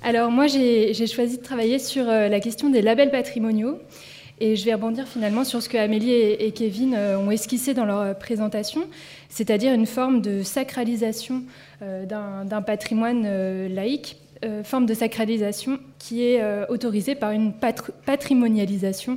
Alors moi, j'ai choisi de travailler sur la question des labels patrimoniaux. Et je vais rebondir finalement sur ce que Amélie et Kevin ont esquissé dans leur présentation, c'est-à-dire une forme de sacralisation d'un patrimoine laïque, forme de sacralisation qui est autorisée par une patrimonialisation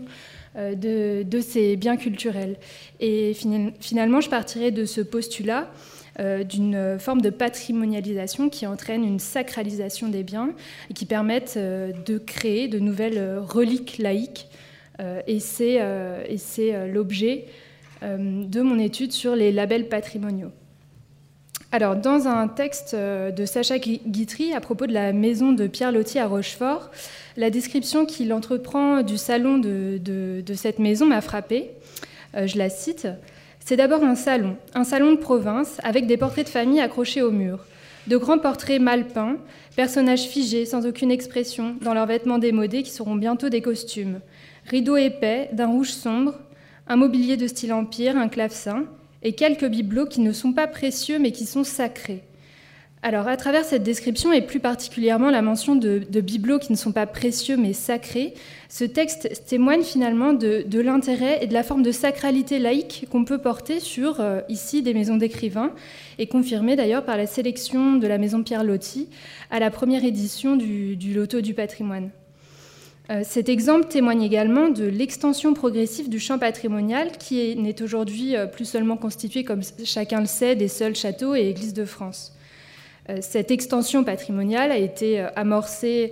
de ces biens culturels. Et finalement, je partirai de ce postulat d'une forme de patrimonialisation qui entraîne une sacralisation des biens et qui permettent de créer de nouvelles reliques laïques. Et c'est l'objet de mon étude sur les labels patrimoniaux. Alors, dans un texte de Sacha Guitry à propos de la maison de Pierre Loti à Rochefort, la description qu'il entreprend du salon de cette maison m'a frappée. Je la cite. « C'est d'abord un salon de province avec des portraits de famille accrochés au mur. De grands portraits mal peints, personnages figés sans aucune expression dans leurs vêtements démodés qui seront bientôt des costumes. Rideaux épais, d'un rouge sombre, un mobilier de style empire, un clavecin, et quelques bibelots qui ne sont pas précieux mais qui sont sacrés. » Alors, à travers cette description, et plus particulièrement la mention de bibelots qui ne sont pas précieux mais sacrés, ce texte témoigne finalement de l'intérêt et de la forme de sacralité laïque qu'on peut porter sur, ici, des maisons d'écrivains, et confirmé d'ailleurs par la sélection de la maison Pierre Loti à la première édition du Loto du patrimoine. Cet exemple témoigne également de l'extension progressive du champ patrimonial qui n'est aujourd'hui plus seulement constitué, comme chacun le sait, des seuls châteaux et églises de France. Cette extension patrimoniale a été amorcée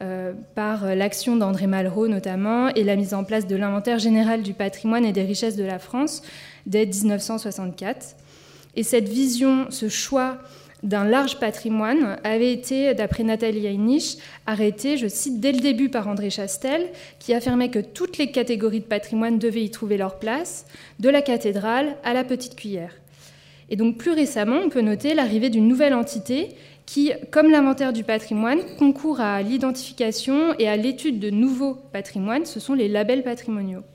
par l'action d'André Malraux notamment et la mise en place de l'inventaire général du patrimoine et des richesses de la France dès 1964. Et cette vision, ce choix d'un large patrimoine avait été, d'après Nathalie Heinisch, arrêté, je cite, dès le début par André Chastel, qui affirmait que toutes les catégories de patrimoine devaient y trouver leur place, de la cathédrale à la petite cuillère. Et donc plus récemment, on peut noter l'arrivée d'une nouvelle entité qui, comme l'inventaire du patrimoine, concourt à l'identification et à l'étude de nouveaux patrimoines, ce sont les labels patrimoniaux.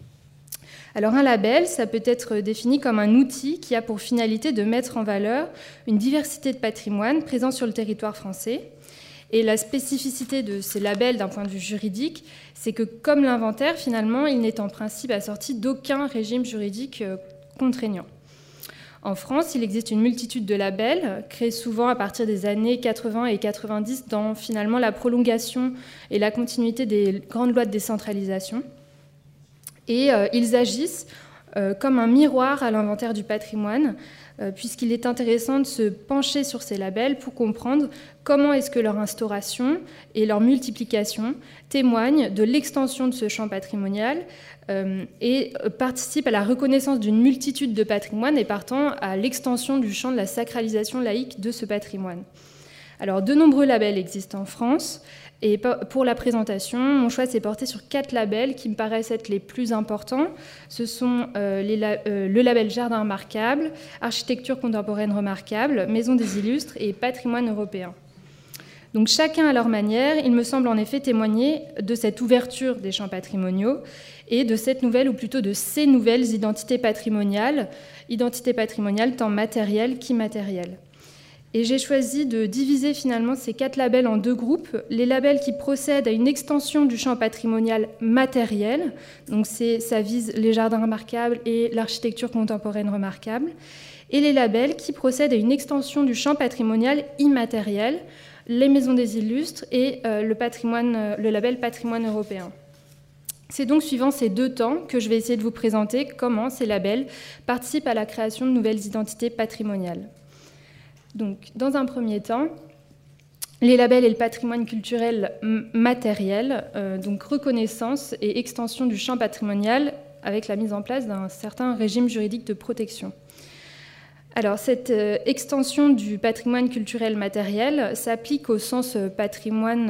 Alors un label, ça peut être défini comme un outil qui a pour finalité de mettre en valeur une diversité de patrimoine présents sur le territoire français. Et la spécificité de ces labels d'un point de vue juridique, c'est que comme l'inventaire, finalement, il n'est en principe assorti d'aucun régime juridique contraignant. En France, il existe une multitude de labels, créés souvent à partir des années 80 et 90 dans finalement la prolongation et la continuité des grandes lois de décentralisation. Et ils agissent comme un miroir à l'inventaire du patrimoine, puisqu'il est intéressant de se pencher sur ces labels pour comprendre comment est-ce que leur instauration et leur multiplication témoignent de l'extension de ce champ patrimonial et participent à la reconnaissance d'une multitude de patrimoines et partant à l'extension du champ de la sacralisation laïque de ce patrimoine. Alors, de nombreux labels existent en France. Et pour la présentation, mon choix s'est porté sur 4 labels qui me paraissent être les plus importants. Ce sont le label Jardin remarquable, Architecture contemporaine remarquable, Maison des illustres et Patrimoine européen. Donc chacun à leur manière, il me semble en effet témoigner de cette ouverture des champs patrimoniaux et de cette nouvelle, ou plutôt de ces nouvelles identités patrimoniales tant matérielles qu'immatérielles. Et j'ai choisi de diviser finalement ces 4 labels en 2 groupes. Les labels qui procèdent à une extension du champ patrimonial matériel, donc ça vise les jardins remarquables et l'architecture contemporaine remarquable, et les labels qui procèdent à une extension du champ patrimonial immatériel, les maisons des illustres et le label Patrimoine européen. C'est donc suivant ces 2 temps que je vais essayer de vous présenter comment ces labels participent à la création de nouvelles identités patrimoniales. Donc, dans un premier temps, les labels et le patrimoine culturel matériel, donc reconnaissance et extension du champ patrimonial avec la mise en place d'un certain régime juridique de protection. Alors, cette extension du patrimoine culturel matériel s'applique au patrimoine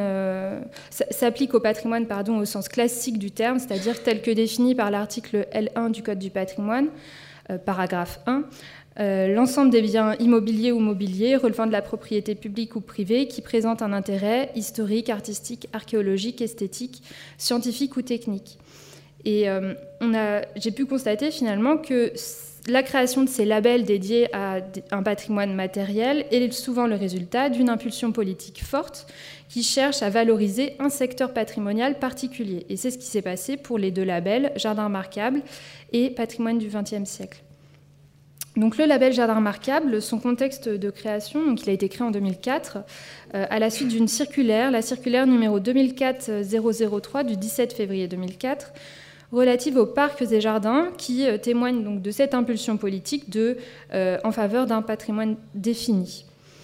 au sens classique du terme, c'est-à-dire tel que défini par l'article L1 du Code du patrimoine, paragraphe 1. L'ensemble des biens immobiliers ou mobiliers relevant de la propriété publique ou privée qui présentent un intérêt historique, artistique, archéologique, esthétique, scientifique ou technique. Et j'ai pu constater finalement que la création de ces labels dédiés à un patrimoine matériel est souvent le résultat d'une impulsion politique forte qui cherche à valoriser un secteur patrimonial particulier. Et c'est ce qui s'est passé pour les 2 labels, Jardin remarquable et Patrimoine du XXe siècle. Donc le label Jardin remarquable, son contexte de création, donc il a été créé en 2004 à la suite d'une circulaire, la circulaire numéro 2004-003 du 17 février 2004, relative aux parcs et jardins, qui témoigne donc de cette impulsion politique en faveur d'un patrimoine défini.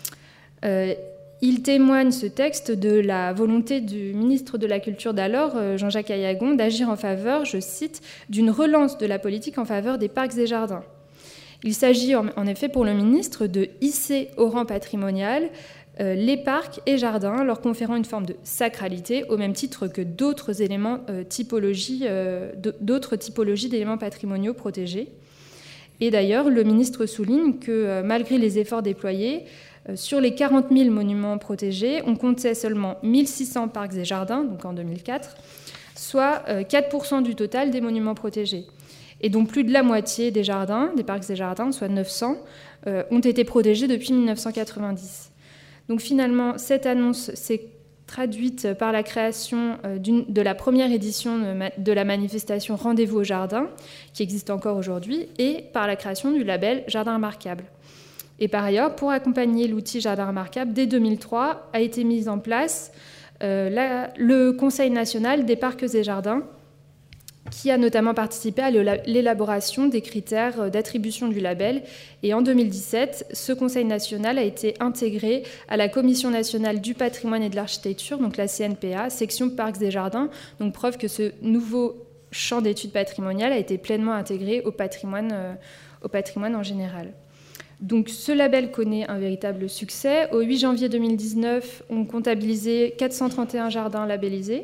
Il témoigne, ce texte, de la volonté du ministre de la Culture d'alors, Jean-Jacques Ayagon, d'agir en faveur, je cite, d'une relance de la politique en faveur des parcs et jardins. Il s'agit en effet pour le ministre de hisser au rang patrimonial les parcs et jardins, leur conférant une forme de sacralité au même titre que d'autres typologies d'éléments patrimoniaux protégés. Et d'ailleurs, le ministre souligne que malgré les efforts déployés, sur les 40 000 monuments protégés, on comptait seulement 1600 parcs et jardins, donc en 2004, soit 4% du total des monuments protégés. Et dont plus de la moitié des jardins, des parcs et jardins, soit 900, ont été protégés depuis 1990. Donc finalement, cette annonce s'est traduite par la création de la première édition de la manifestation Rendez-vous au jardin, qui existe encore aujourd'hui, et par la création du label Jardin remarquable. Et par ailleurs, pour accompagner l'outil Jardin remarquable, dès 2003 a été mis en place le Conseil national des parcs et jardins, qui a notamment participé à l'élaboration des critères d'attribution du label. Et en 2017, ce Conseil national a été intégré à la Commission nationale du patrimoine et de l'architecture, donc la CNPA, section Parcs et Jardins, donc preuve que ce nouveau champ d'études patrimoniales a été pleinement intégré au patrimoine en général. Donc ce label connaît un véritable succès. Au 8 janvier 2019, on comptabilisait 431 jardins labellisés.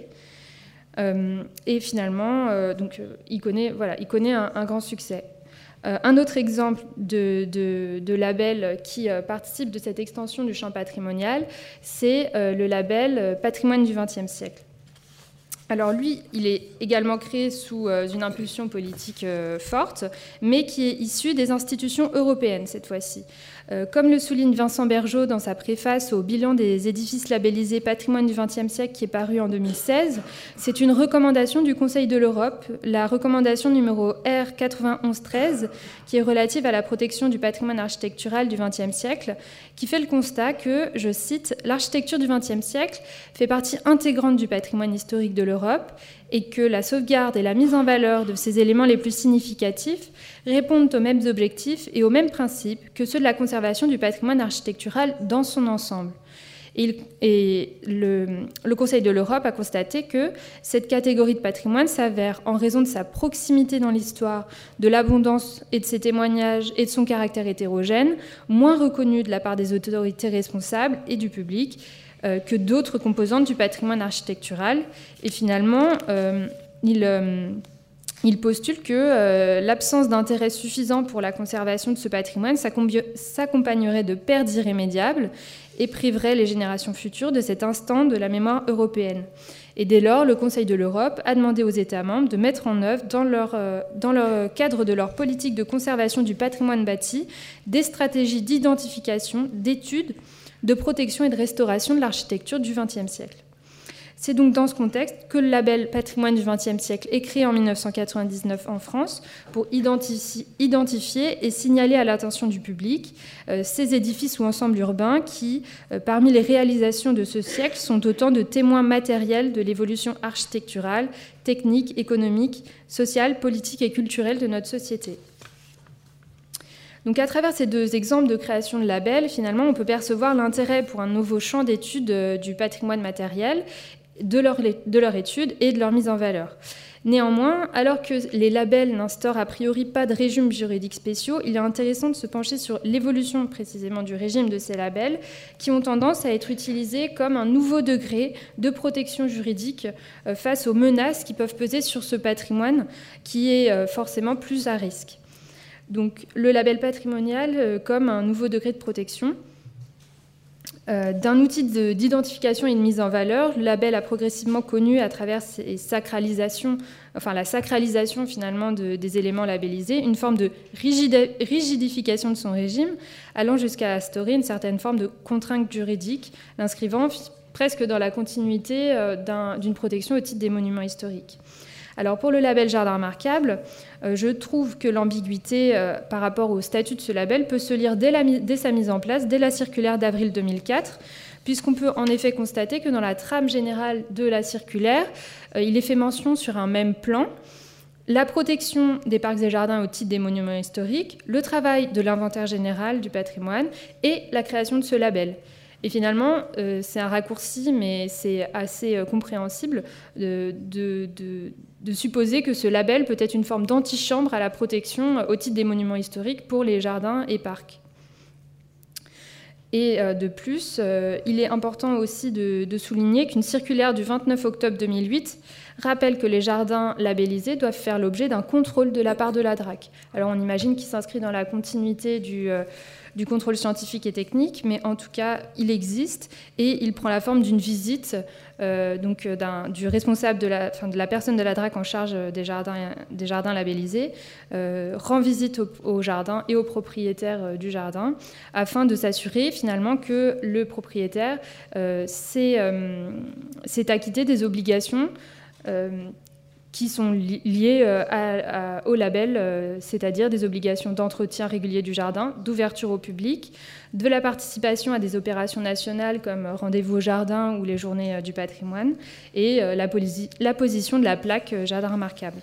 Et finalement, il connaît un grand succès. Un autre exemple de label qui participe de cette extension du champ patrimonial, c'est le label Patrimoine du XXe siècle. Alors lui, il est également créé sous une impulsion politique forte, mais qui est issu des institutions européennes cette fois-ci. Comme le souligne Vincent Bergeaud dans sa préface au bilan des édifices labellisés Patrimoine du XXe siècle qui est paru en 2016, c'est une recommandation du Conseil de l'Europe, la recommandation numéro R9113, qui est relative à la protection du patrimoine architectural du XXe siècle, qui fait le constat que, je cite, « l'architecture du XXe siècle fait partie intégrante du patrimoine historique de l'Europe et que la sauvegarde et la mise en valeur de ces éléments les plus significatifs répondent aux mêmes objectifs et aux mêmes principes que ceux de la conservation du patrimoine architectural dans son ensemble. » Et le Conseil de l'Europe a constaté que cette catégorie de patrimoine s'avère, en raison de sa proximité dans l'histoire, de l'abondance et de ses témoignages et de son caractère hétérogène, moins reconnue de la part des autorités responsables et du public que d'autres composantes du patrimoine architectural. Et finalement, il postule que l'absence d'intérêt suffisant pour la conservation de ce patrimoine s'accompagnerait de pertes irrémédiables et priverait les générations futures de cet instant de la mémoire européenne. Et dès lors, le Conseil de l'Europe a demandé aux États membres de mettre en œuvre, dans le cadre de leur politique de conservation du patrimoine bâti, des stratégies d'identification, d'études, de protection et de restauration de l'architecture du XXe siècle. C'est donc dans ce contexte que le label Patrimoine du XXe siècle est créé en 1999 en France pour identifier et signaler à l'attention du public ces édifices ou ensembles urbains qui, parmi les réalisations de ce siècle, sont autant de témoins matériels de l'évolution architecturale, technique, économique, sociale, politique et culturelle de notre société. Donc à travers ces 2 exemples de création de labels, finalement, on peut percevoir l'intérêt pour un nouveau champ d'étude du patrimoine matériel, de leur étude et de leur mise en valeur. Néanmoins, alors que les labels n'instaurent a priori pas de régime juridique spéciaux, il est intéressant de se pencher sur l'évolution précisément du régime de ces labels qui ont tendance à être utilisés comme un nouveau degré de protection juridique face aux menaces qui peuvent peser sur ce patrimoine qui est forcément plus à risque. Donc le label patrimonial comme un nouveau degré de protection. D'un outil d'identification et de mise en valeur, le label a progressivement connu à travers la sacralisation finalement des éléments labellisés, une forme de rigidification de son régime, allant jusqu'à instaurer une certaine forme de contrainte juridique, l'inscrivant presque dans la continuité d'une protection au titre des monuments historiques. Alors pour le label Jardin remarquable, je trouve que l'ambiguïté par rapport au statut de ce label peut se lire dès sa mise en place, dès la circulaire d'avril 2004, puisqu'on peut en effet constater que dans la trame générale de la circulaire, il est fait mention sur un même plan la protection des parcs et jardins au titre des monuments historiques, le travail de l'inventaire général du patrimoine et la création de ce label. Et finalement, c'est un raccourci, mais c'est assez compréhensible de supposer que ce label peut être une forme d'antichambre à la protection au titre des monuments historiques pour les jardins et parcs. Et de plus, il est important aussi de souligner qu'une circulaire du 29 octobre 2008 rappelle que les jardins labellisés doivent faire l'objet d'un contrôle de la part de la DRAC. Alors on imagine qu'il s'inscrit dans la continuité du contrôle scientifique et technique, mais en tout cas, il existe et il prend la forme d'une visite du responsable de la personne de la DRAC en charge des jardins labellisés, rend visite au jardin et aux propriétaires du jardin afin de s'assurer finalement que le propriétaire s'est acquitté des obligations qui sont liées au label, c'est-à-dire des obligations d'entretien régulier du jardin, d'ouverture au public, de la participation à des opérations nationales comme Rendez-vous au jardin ou les Journées du patrimoine, et la position de la plaque Jardin remarquable.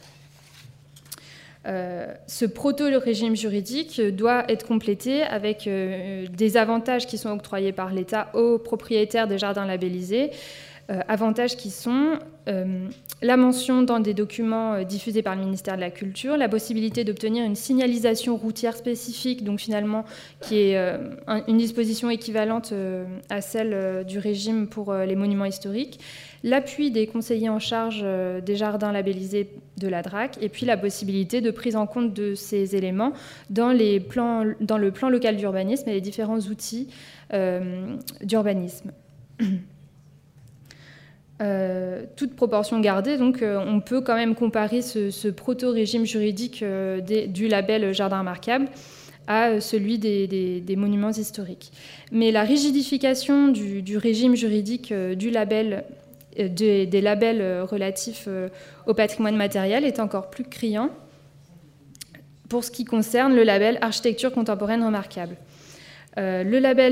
Ce proto-régime juridique doit être complété avec des avantages qui sont octroyés par l'État aux propriétaires des jardins labellisés, avantages qui sont la mention dans des documents diffusés par le ministère de la Culture, la possibilité d'obtenir une signalisation routière spécifique, donc finalement qui est une disposition équivalente à celle du régime pour les monuments historiques, l'appui des conseillers en charge des jardins labellisés de la DRAC, et puis la possibilité de prise en compte de ces éléments dans le plan local d'urbanisme et les différents outils d'urbanisme. Toute proportion gardée, donc on peut quand même comparer ce proto-régime juridique du label Jardin remarquable à celui des monuments historiques. Mais la rigidification du régime juridique du label, des labels relatifs au patrimoine matériel est encore plus criant pour ce qui concerne le label Architecture contemporaine remarquable. La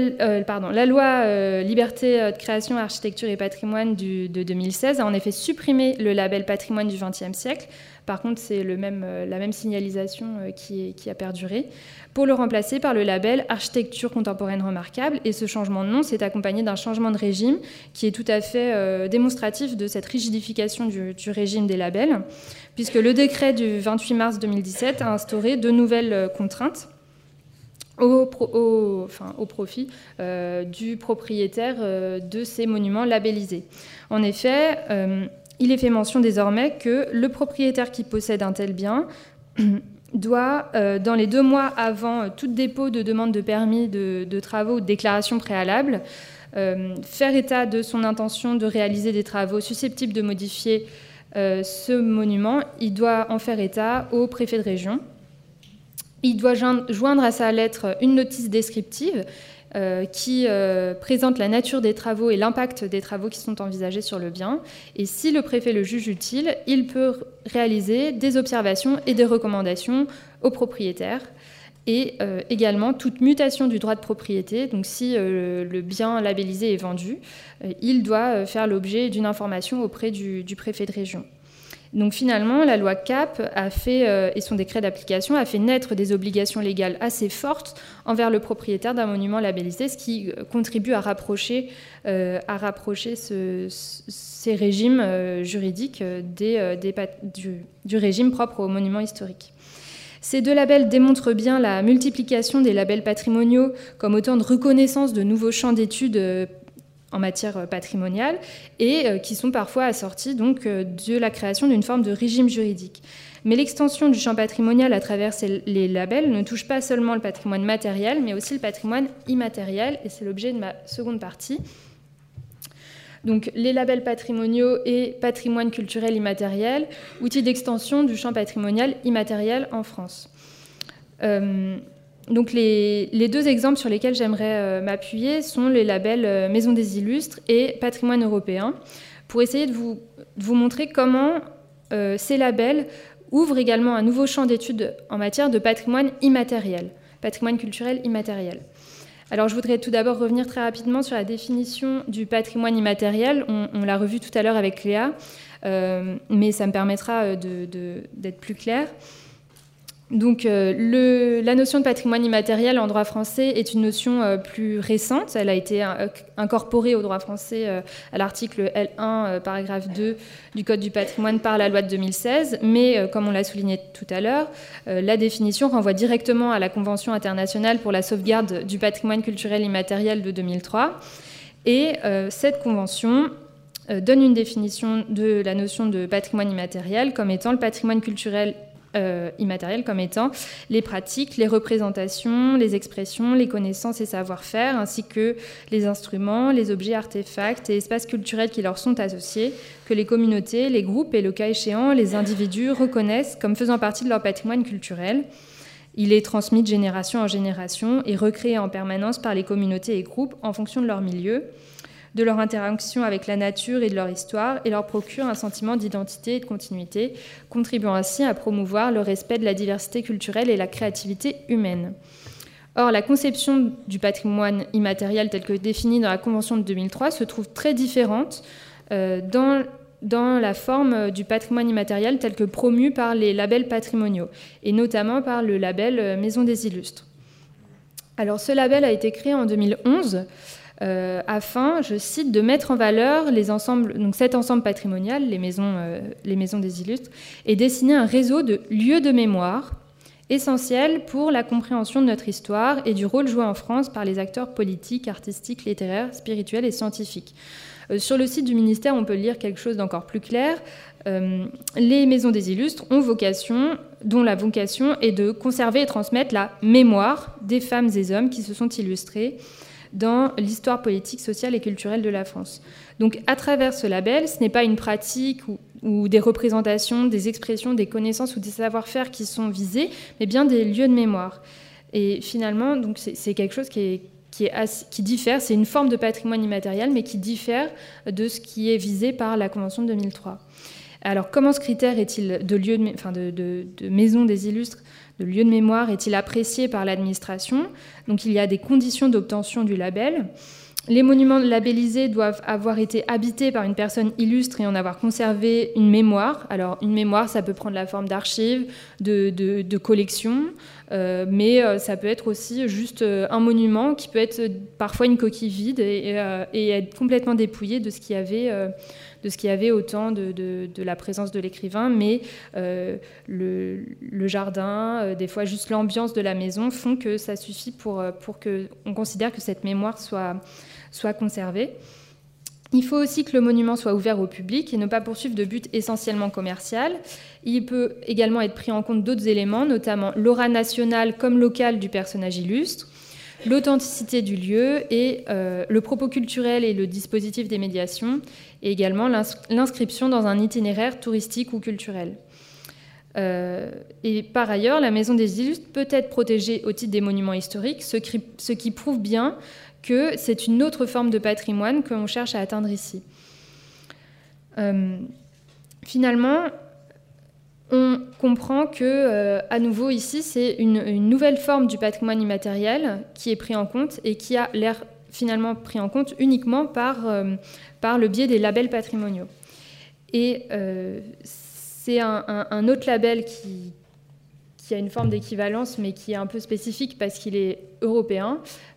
loi Liberté de création, architecture et patrimoine de 2016 a en effet supprimé le label patrimoine du XXe siècle. Par contre, c'est la même signalisation qui a perduré, pour le remplacer par le label architecture contemporaine remarquable. Et ce changement de nom s'est accompagné d'un changement de régime qui est tout à fait démonstratif de cette rigidification du régime des labels, puisque le décret du 28 mars 2017 a instauré de nouvelles contraintes au profit du propriétaire de ces monuments labellisés. En effet, il est fait mention désormais que le propriétaire qui possède un tel bien doit, dans les 2 mois avant tout dépôt de demande de permis de travaux ou de déclaration préalable, faire état de son intention de réaliser des travaux susceptibles de modifier ce monument. Il doit en faire état au préfet de région. Il doit joindre à sa lettre une notice descriptive qui présente la nature des travaux et l'impact des travaux qui sont envisagés sur le bien. Et si le préfet le juge utile, il peut réaliser des observations et des recommandations aux propriétaires. Et également toute mutation du droit de propriété. Donc si le bien labellisé est vendu, il doit faire l'objet d'une information auprès du préfet de région. Donc finalement, la loi CAP et son décret d'application a fait naître des obligations légales assez fortes envers le propriétaire d'un monument labellisé, ce qui contribue à rapprocher ces régimes juridiques du régime propre aux monuments historiques. Ces 2 labels démontrent bien la multiplication des labels patrimoniaux comme autant de reconnaissance de nouveaux champs d'études en matière patrimoniale et qui sont parfois assortis donc, de la création d'une forme de régime juridique. Mais l'extension du champ patrimonial à travers les labels ne touche pas seulement le patrimoine matériel, mais aussi le patrimoine immatériel, et c'est l'objet de ma seconde partie. Donc, les labels patrimoniaux et patrimoine culturel immatériel, outils d'extension du champ patrimonial immatériel en France. Donc, les deux exemples sur lesquels j'aimerais m'appuyer sont les labels Maison des Illustres et Patrimoine européen, pour essayer de vous montrer comment ces labels ouvrent également un nouveau champ d'études en matière de patrimoine immatériel, patrimoine culturel immatériel. Alors, je voudrais tout d'abord revenir très rapidement sur la définition du patrimoine immatériel. On l'a revu tout à l'heure avec Léa, mais ça me permettra d'être plus clair. Donc, la notion de patrimoine immatériel en droit français est une notion plus récente. Elle a été incorporée au droit français à l'article L1, paragraphe 2 du Code du patrimoine par la loi de 2016. Mais, comme on l'a souligné tout à l'heure, la définition renvoie directement à la Convention internationale pour la sauvegarde du patrimoine culturel immatériel de 2003. Et cette convention donne une définition de la notion de patrimoine immatériel comme étant le patrimoine culturel immatériel comme étant les pratiques, les représentations, les expressions, les connaissances et savoir-faire, ainsi que les instruments, les objets, artefacts et espaces culturels qui leur sont associés, que les communautés, les groupes et le cas échéant, les individus reconnaissent comme faisant partie de leur patrimoine culturel. Il est transmis de génération en génération et recréé en permanence par les communautés et groupes en fonction de leur milieu, de leur interaction avec la nature et de leur histoire, et leur procure un sentiment d'identité et de continuité, contribuant ainsi à promouvoir le respect de la diversité culturelle et la créativité humaine. Or, la conception du patrimoine immatériel tel que définie dans la Convention de 2003 se trouve très différente dans la forme du patrimoine immatériel tel que promu par les labels patrimoniaux, et notamment par le label Maison des Illustres. Alors, ce label a été créé en 2011 afin, je cite, de mettre en valeur donc cet ensemble patrimonial, les maisons des Illustres, et dessiner un réseau de lieux de mémoire essentiels pour la compréhension de notre histoire et du rôle joué en France par les acteurs politiques, artistiques, littéraires, spirituels et scientifiques. Sur le site du ministère, on peut lire quelque chose d'encore plus clair. Les maisons des Illustres dont la vocation est de conserver et transmettre la mémoire des femmes et hommes qui se sont illustrés dans l'histoire politique, sociale et culturelle de la France. Donc, à travers ce label, ce n'est pas une pratique ou des représentations, des expressions, des connaissances ou des savoir-faire qui sont visés, mais bien des lieux de mémoire. Et finalement, donc, c'est quelque chose qui diffère, c'est une forme de patrimoine immatériel, mais qui diffère de ce qui est visé par la Convention de 2003. Alors, comment ce critère est-il de maison des illustres, de lieu de mémoire, est-il apprécié par l'administration? Donc, il y a des conditions d'obtention du label. Les monuments labellisés doivent avoir été habités par une personne illustre et en avoir conservé une mémoire. Alors, une mémoire, ça peut prendre la forme d'archives, de collections, mais ça peut être aussi juste un monument qui peut être parfois une coquille vide et être complètement dépouillé de ce qu'il y avait au temps de la présence de l'écrivain, mais le jardin, des fois juste l'ambiance de la maison font que ça suffit pour qu'on considère que cette mémoire soit conservée. Il faut aussi que le monument soit ouvert au public et ne pas poursuivre de but essentiellement commercial. Il peut également être pris en compte d'autres éléments, notamment l'aura nationale comme locale du personnage illustre, l'authenticité du lieu et le propos culturel et le dispositif des médiations, et également l'inscription dans un itinéraire touristique ou culturel. Et par ailleurs, la Maison des Illustres peut être protégée au titre des monuments historiques, ce qui prouve bien que c'est une autre forme de patrimoine que l'on cherche à atteindre ici. Finalement, on comprend que, à nouveau ici, c'est une nouvelle forme du patrimoine immatériel qui est pris en compte et qui a l'air finalement pris en compte uniquement par le biais des labels patrimoniaux. Et c'est un autre label qui a une forme d'équivalence, mais qui est un peu spécifique parce qu'il est européen,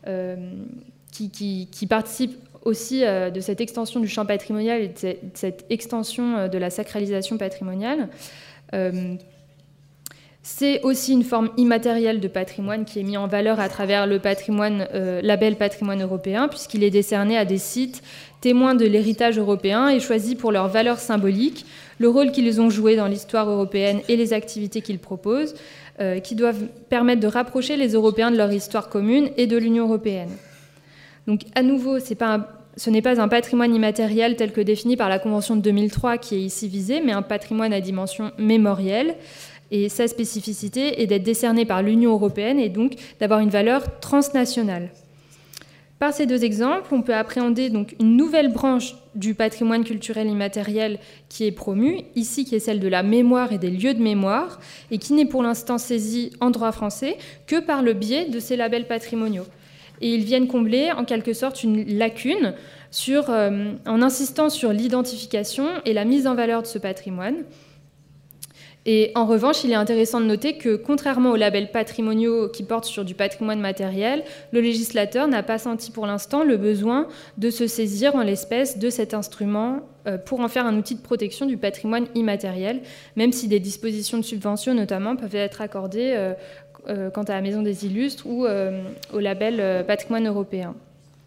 qui participe aussi de cette extension du champ patrimonial et de cette extension de la sacralisation patrimoniale. C'est aussi une forme immatérielle de patrimoine qui est mis en valeur à travers le label patrimoine européen, puisqu'il est décerné à des sites témoins de l'héritage européen et choisis pour leur valeur symbolique, le rôle qu'ils ont joué dans l'histoire européenne et les activités qu'ils proposent, qui doivent permettre de rapprocher les Européens de leur histoire commune et de l'Union européenne. Donc, à nouveau, ce n'est pas un patrimoine immatériel tel que défini par la Convention de 2003 qui est ici visé, mais un patrimoine à dimension mémorielle. Et sa spécificité est d'être décerné par l'Union européenne et donc d'avoir une valeur transnationale. Par ces deux exemples, on peut appréhender donc une nouvelle branche du patrimoine culturel immatériel qui est promue, ici qui est celle de la mémoire et des lieux de mémoire, et qui n'est pour l'instant saisie en droit français que par le biais de ces labels patrimoniaux. Et ils viennent combler en quelque sorte une lacune en insistant sur l'identification et la mise en valeur de ce patrimoine. Et en revanche, il est intéressant de noter que, contrairement aux labels patrimoniaux qui portent sur du patrimoine matériel, le législateur n'a pas senti pour l'instant le besoin de se saisir en l'espèce de cet instrument pour en faire un outil de protection du patrimoine immatériel, même si des dispositions de subvention notamment peuvent être accordées quant à la Maison des Illustres ou au label patrimoine européen.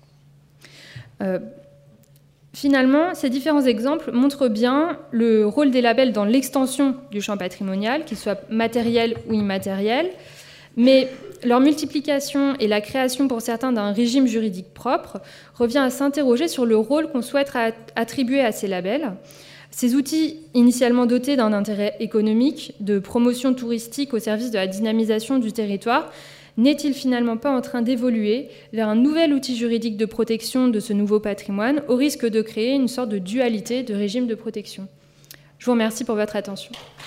Finalement, ces différents exemples montrent bien le rôle des labels dans l'extension du champ patrimonial, qu'il soit matériel ou immatériel, mais leur multiplication et la création pour certains d'un régime juridique propre revient à s'interroger sur le rôle qu'on souhaite attribuer à ces labels. Ces outils, initialement dotés d'un intérêt économique, de promotion touristique au service de la dynamisation du territoire, n'est-il finalement pas en train d'évoluer vers un nouvel outil juridique de protection de ce nouveau patrimoine, au risque de créer une sorte de dualité de régime de protection ? Je vous remercie pour votre attention.